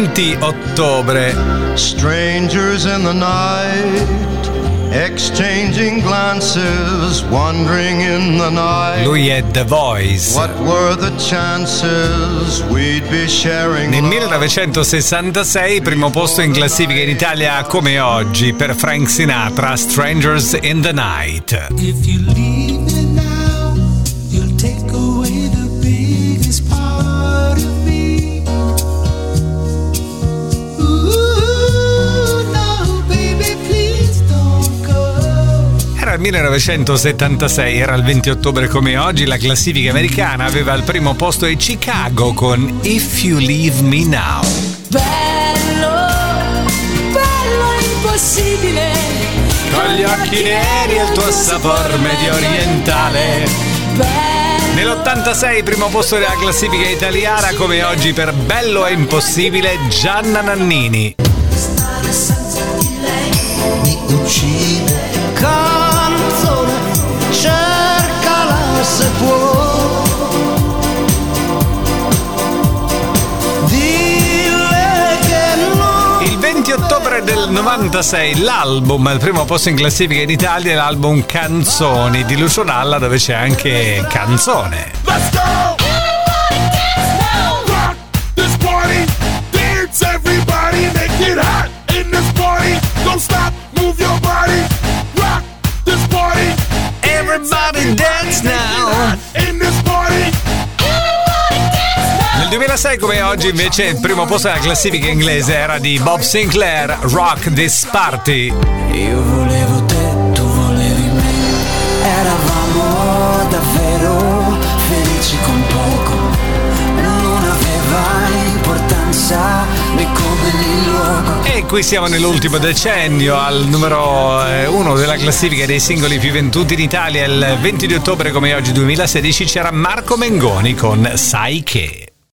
20 ottobre. Strangers in the night, exchanging glances, wandering in the night. Lui è The Voice. What were the chances we'd be sharing? Nel 1966, primo posto in classifica in Italia come oggi per Frank Sinatra, Strangers in the Night. If you leave me now, you'll take away the biggest part of me. Ooh, no, baby, please don't go. Era il 1976, era il 20 ottobre come oggi, la classifica americana aveva al primo posto e Chicago con If You Leave Me Now. Bello, bello impossibile, Con gli occhi neri e il tuo sapor medio orientale. Nell'86 primo posto della classifica italiana come oggi per Bello e Impossibile, Gianna Nannini. Stare senza di lei mi uccide. Canzone, cercala se può. Dille che no. Il 20 ottobre del 96 l'album al primo posto in classifica in Italia è l'album Canzoni di Lucio Dalla, dove c'è anche Canzone. Let's go! Rock this party, dance everybody, make it hot in this party. Don't stop, move your body. Rock this party, Everybody dance now. in this party. Nel 2006 come oggi invece il primo posto della classifica inglese era di Bob Sinclair, Rock This Party. Io volevo te, tu volevi me. Eravamo davvero felici con poco. Non aveva importanza né come né luogo. E qui siamo nell'ultimo decennio, al numero 1 della classifica dei singoli più venduti in Italia. Il 20 di ottobre come oggi 2016 c'era Marco Mengoni con Sai Che.